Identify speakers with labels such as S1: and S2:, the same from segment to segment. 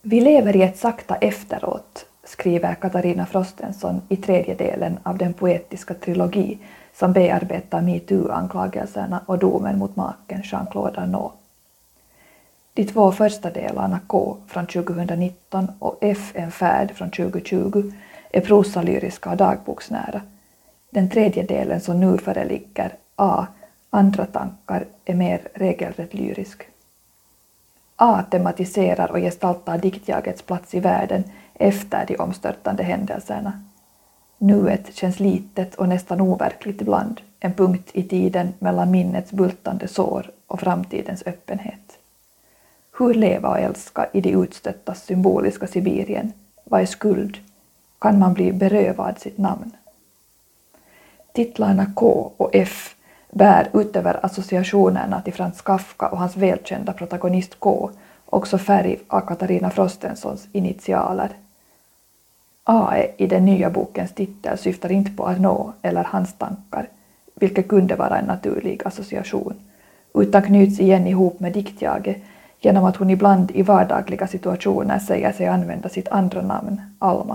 S1: Vi lever i ett sakta efteråt, skriver Katarina Frostenson i tredje delen av den poetiska trilogi som bearbetar MeToo-anklagelserna och domen mot maken Jean-Claude Arnault. De två första delarna K från 2019 och F en färd från 2020 är prosalyriska och dagboksnära. Den tredje delen som nu föreligger, A, andra tankar, är mer regelrätt lyrisk. A tematiserar och gestaltar diktjagets plats i världen efter de omstörtande händelserna. Nuet känns litet och nästan overkligt ibland, en punkt i tiden mellan minnets bultande sår och framtidens öppenhet. Hur leva och älska i de utstöttas symboliska Sibirien? Vad är skuld? Kan man bli berövad sitt namn? Titlarna K och F bär utöver associationerna till Franz Kafka och hans välkända protagonist K också färg av Katarina Frostensons initialer. A i den nya bokens titel syftar inte på Arnault eller hans tankar, vilket kunde vara en naturlig association, utan knyts igen ihop med diktjaget genom att hon ibland i vardagliga situationer säger sig använda sitt andra namn, Alma.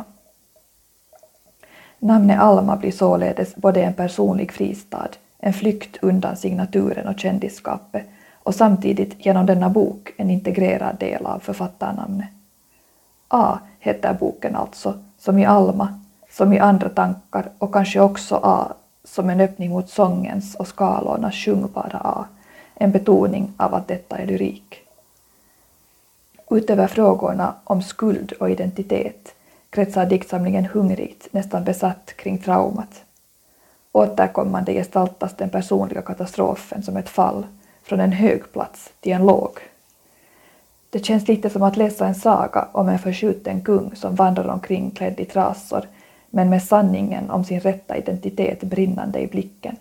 S1: Namnet Alma blir således både en personlig fristad, en flykt undan signaturen och kändisskapet och samtidigt genom denna bok en integrerad del av författarnamnet. A heter boken alltså, som i Alma, som i andra tankar och kanske också A som en öppning mot sångens och skalornas sjungbara A, en betoning av att detta är lyrik. Utöver frågorna om skuld och identitet kretsar diktsamlingen hungrigt, nästan besatt kring traumat. Återkommande gestaltas den personliga katastrofen som ett fall från en hög plats till en låg. Det känns lite som att läsa en saga om en förskjuten kung som vandrar omkring klädd i trasor, men med sanningen om sin rätta identitet brinnande i blicken.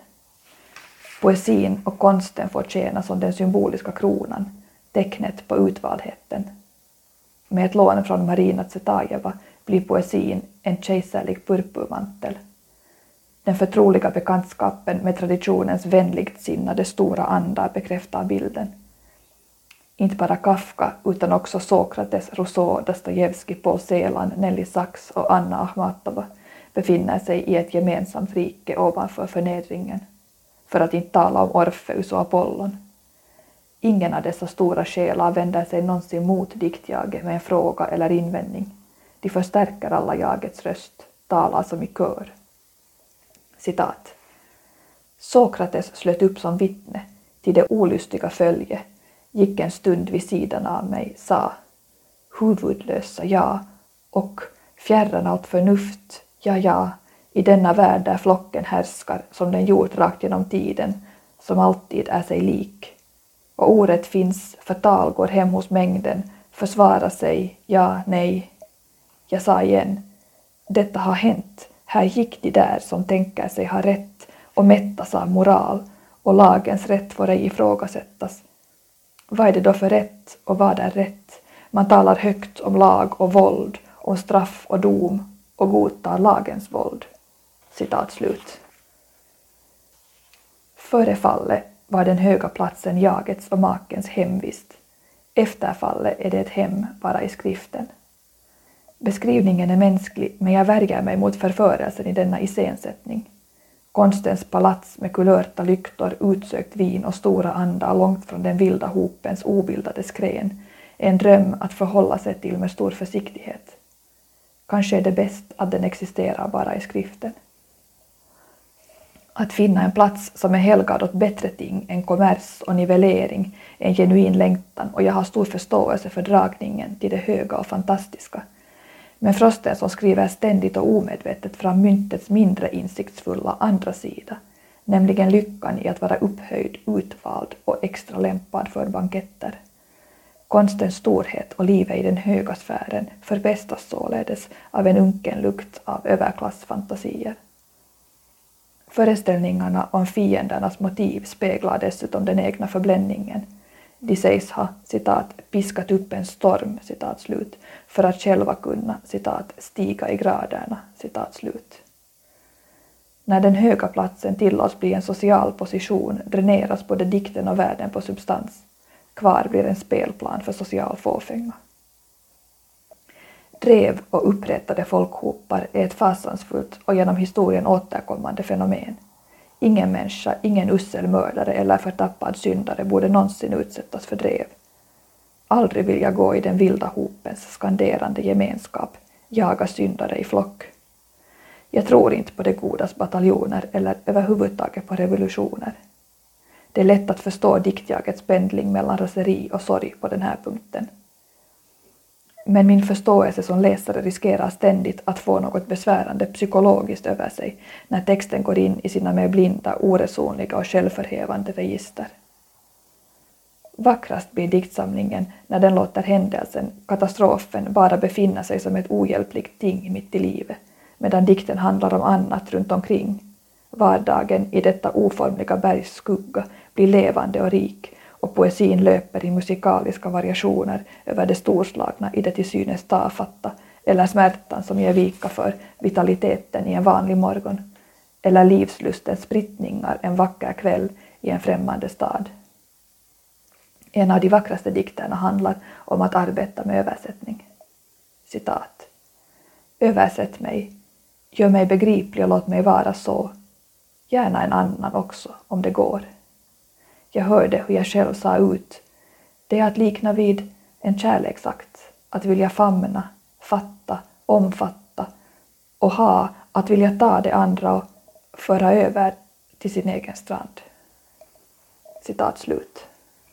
S1: Poesin och konsten får tjäna som den symboliska kronan, tecknet på utvaldheten. Med ett lån från Marina Tsvetajeva blir poesin en kejserlig purpurmantel. Den förtroliga bekantskapen med traditionens vänligt sinnade stora andar bekräftar bilden. Inte bara Kafka utan också Sokrates, Rousseau, Dostojevskij, Paul Celan, Nelly Sachs och Anna Akhmatova befinner sig i ett gemensamt rike ovanför förnedringen, för att inte tala om Orfeus och Apollon. Ingen av dessa stora själar vänder sig någonsin mot diktjaget med en fråga eller invändning. De förstärker alla jagets röst, talar som i kör. Citat. Sokrates slöt upp som vittne till det olystiga följe, gick en stund vid sidan av mig, sa huvudlösa ja och fjärran allt förnuft, ja, i denna värld där flocken härskar som den gjort rakt genom tiden, som alltid är sig lik. Och orätt finns, förtal går hem hos mängden, försvara sig, ja, nej. Jag sa igen, detta har hänt, här gick de där som tänker sig ha rätt och mättas av moral, och lagens rätt får ej ifrågasättas. Vad är det då för rätt och vad är rätt? Man talar högt om lag och våld, om straff och dom och godtar lagens våld. Citat slut. Före fallet var den höga platsen jagets och makens hemvist. Efter fallet är det ett hem bara i skriften. Beskrivningen är mänsklig, men jag värjer mig mot förförelsen i denna iscensättning. Konstens palats med kulörta lyktor, utsökt vin och stora andar långt från den vilda hopens obildade skren är en dröm att förhålla sig till med stor försiktighet. Kanske är det bäst att den existerar bara i skriften. Att finna en plats som är helgad åt bättre ting än kommers och nivellering är en genuin längtan, och jag har stor förståelse för dragningen till det höga och fantastiska. Men Frostenson skriver ständigt och omedvetet fram myntets mindre insiktsfulla andra sida, nämligen lyckan i att vara upphöjd, utvald och extra lämpad för banketter. Konstens storhet och livet i den höga sfären förpestas således av en unken lukt av överklassfantasier. Föreställningarna om fiendernas motiv speglar dessutom den egna förbländningen. De sägs ha, citat, piskat upp en storm, citat slut, för att själva kunna, citat, stiga i graderna, citat slut. När den höga platsen tillåts bli en social position dräneras både dikten och världen på substans. Kvar blir en spelplan för social fåfänga. Drev och upprättade folkhopar är ett fasansfullt och genom historien återkommande fenomen. Ingen människa, ingen usel mördare eller förtappad syndare borde någonsin utsättas för drev. Aldrig vill jag gå i den vilda hopens skanderande gemenskap, jaga syndare i flock. Jag tror inte på det godas bataljoner eller överhuvudtaget på revolutioner. Det är lätt att förstå diktjagets pendling mellan raseri och sorg på den här punkten. Men min förståelse som läsare riskerar ständigt att få något besvärande psykologiskt över sig när texten går in i sina mer blinda, oresonliga och självförhävande register. Vackrast blir diktsamlingen när den låter händelsen, katastrofen, bara befinna sig som ett ohjälpligt ting mitt i livet, medan dikten handlar om annat runt omkring. Vardagen i detta oformliga bergs skugga blir levande och rik, och poesin löper i musikaliska variationer över det storslagna i det till synes tafatta, eller smärtan som ger vika för vitaliteten i en vanlig morgon, eller livslustens sprittningar en vacker kväll i en främmande stad. En av de vackraste dikterna handlar om att arbeta med översättning. Citat. Översätt mig, gör mig begriplig och låt mig vara så. Gärna en annan också, om det går. Jag hörde hur jag själv sa ut. Det är att likna vid en kärleksakt, att vilja famna, fatta, omfatta och ha, att vilja ta det andra och föra över till sin egen strand. Citat slut.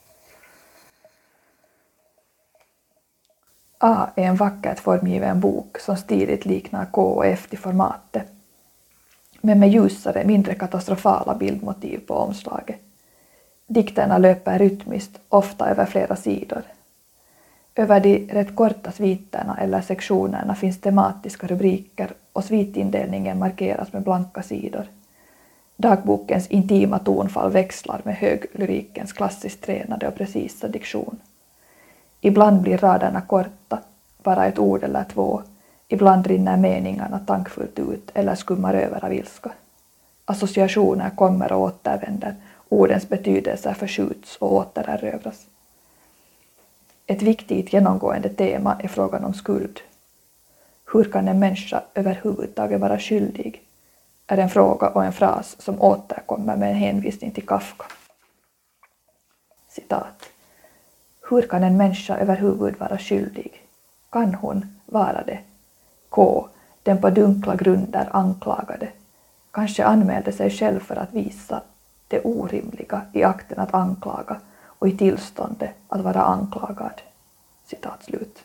S1: A är en vackert formgiven bok som stiligt liknar K och F i formatet, men med ljusare, mindre katastrofala bildmotiv på omslaget. Dikterna löper rytmiskt, ofta över flera sidor. Över de rätt korta sviterna eller sektionerna finns tematiska rubriker och svitindelningen markeras med blanka sidor. Dagbokens intima tonfall växlar med höglyrikens klassiskt tränade och precisa diktion. Ibland blir raderna korta, bara ett ord eller två. Ibland rinner meningarna tankfullt ut eller skummar över av ilska. Associationer kommer och återvänder, ordens betydelser förskjuts och återerövras. Ett viktigt genomgående tema är frågan om skuld. Hur kan en människa överhuvudtaget vara skyldig? Är en fråga och en fras som återkommer med en hänvisning till Kafka. Citat. Hur kan en människa överhuvud vara skyldig? Kan hon vara det? K, den på dunkla grunder anklagade, kanske anmälde sig själv för att visa det orimliga i akten att anklaga och i tillståndet att vara anklagad. Citat slut.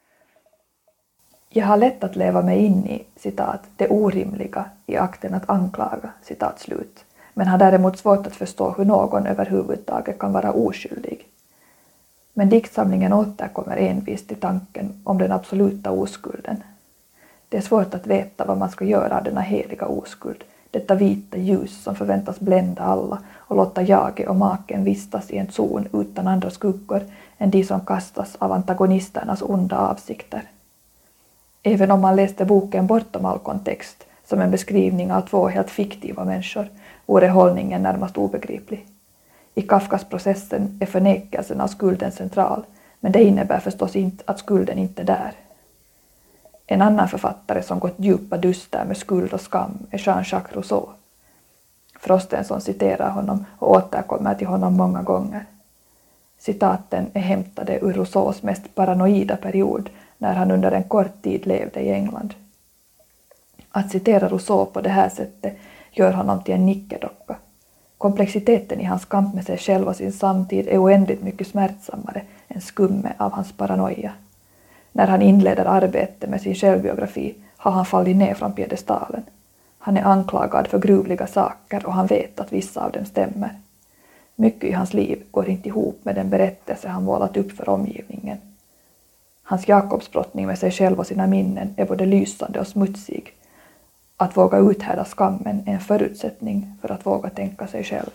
S1: Jag har lätt att leva mig in i, citat, det orimliga i akten att anklaga, citat slut, men har däremot svårt att förstå hur någon överhuvudtaget kan vara oskyldig. Men diktsamlingen återkommer envist till tanken om den absoluta oskulden. Det är svårt att veta vad man ska göra av denna heliga oskuld, detta vita ljus som förväntas blända alla och låta jaget och maken vistas i en zon utan andra skuggor än de som kastas av antagonisternas onda avsikter. Även om man läste boken bortom all kontext, som en beskrivning av två helt fiktiva människor, vore hållningen närmast obegriplig. I Kafkas processen är förnekelsen av skulden central, men det innebär förstås inte att skulden inte är där. En annan författare som gått djupa duster med skuld och skam är Jean-Jacques Rousseau. Frostenson citerar honom och återkommer till honom många gånger. Citaten är hämtade ur Rousseaus mest paranoida period när han under en kort tid levde i England. Att citera Rousseau på det här sättet gör honom till en nickedocka. Komplexiteten i hans kamp med sig själv och sin samtid är oändligt mycket smärtsammare än skummet av hans paranoia. När han inleder arbetet med sin självbiografi har han fallit ner från piedestalen. Han är anklagad för gruvliga saker och han vet att vissa av dem stämmer. Mycket i hans liv går inte ihop med den berättelse han målat upp för omgivningen. Hans Jakobsbrottning med sig själv och sina minnen är både lysande och smutsig. Att våga uthärda skammen är en förutsättning för att våga tänka sig själv.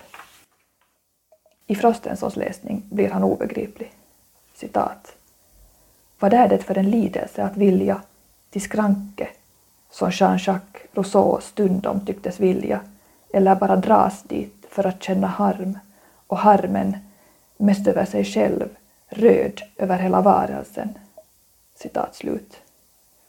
S1: I Frostensons läsning blir han obegriplig. Citat. Vad är det för en lidelse att vilja till skranke, som Jean-Jacques Rousseau stundom tycktes vilja, eller bara dras dit för att känna harm, och harmen mest över sig själv, röd över hela varelsen. Citat slut.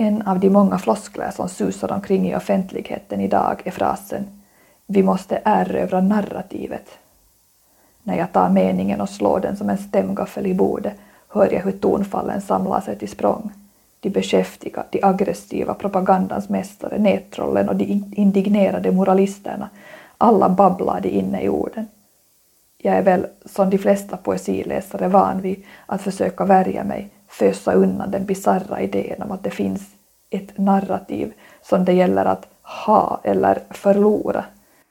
S1: En av de många floskler som susar omkring i offentligheten idag är frasen "Vi måste erövra narrativet". När jag tar meningen och slår den som en stämgaffel i bordet hör jag hur tonfallen samlar sig till språng. De beskäftiga, de aggressiva, propagandans mästare, nättrollen och de indignerade moralisterna, alla babblar de inne i orden. Jag är väl, som de flesta poesiläsare, van vid att försöka värja mig, fösa undan den bizarra idén om att det finns ett narrativ som det gäller att ha eller förlora.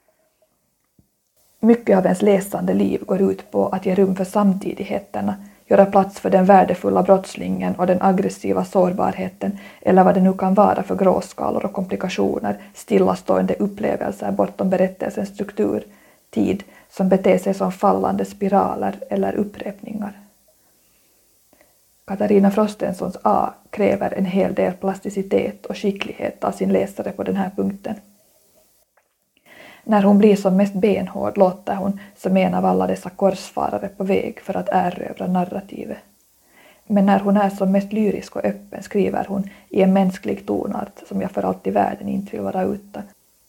S1: Mycket av ens läsande liv går ut på att ge rum för samtidigheterna, göra plats för den värdefulla brottslingen och den aggressiva sårbarheten eller vad det nu kan vara för gråskalor och komplikationer, stillastående upplevelser bortom berättelsens struktur, tid som beter sig som fallande spiraler eller upprepningar. Katarina Frostensons A kräver en hel del plasticitet och skicklighet av sin läsare på den här punkten. När hon blir som mest benhård låter hon som en av alla dessa korsfarare på väg för att erövra narrativet. Men när hon är som mest lyrisk och öppen skriver hon i en mänsklig tonart som jag för allt i världen inte vill vara utan.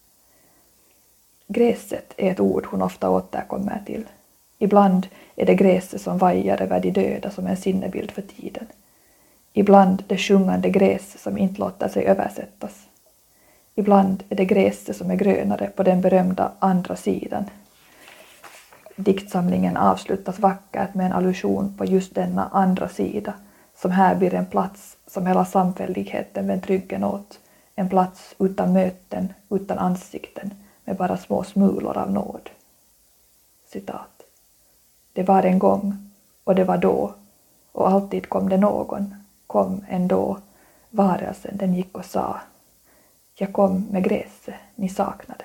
S1: Gräset är ett ord hon ofta återkommer till. Ibland är det gräset som vajar över de döda som en sinnebild för tiden. Ibland det sjungande gräset som inte låter sig översättas. Ibland är det gräset som är grönare på den berömda andra sidan. Diktsamlingen avslutas vackert med en allusion på just denna andra sida, som här blir en plats som hela samfälligheten vänt ryggen åt. En plats utan möten, utan ansikten, med bara små smulor av nåd. Citat. Det var en gång, och det var då, och alltid kom det någon, kom ändå, varelsen den gick och sa. Jag kom med gräset ni saknade.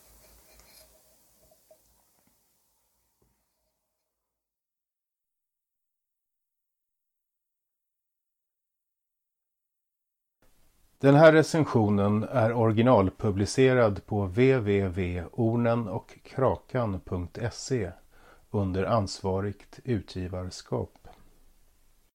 S2: Den här recensionen är originalpublicerad på www.ornenochkrakan.se under ansvarigt utgivarskap.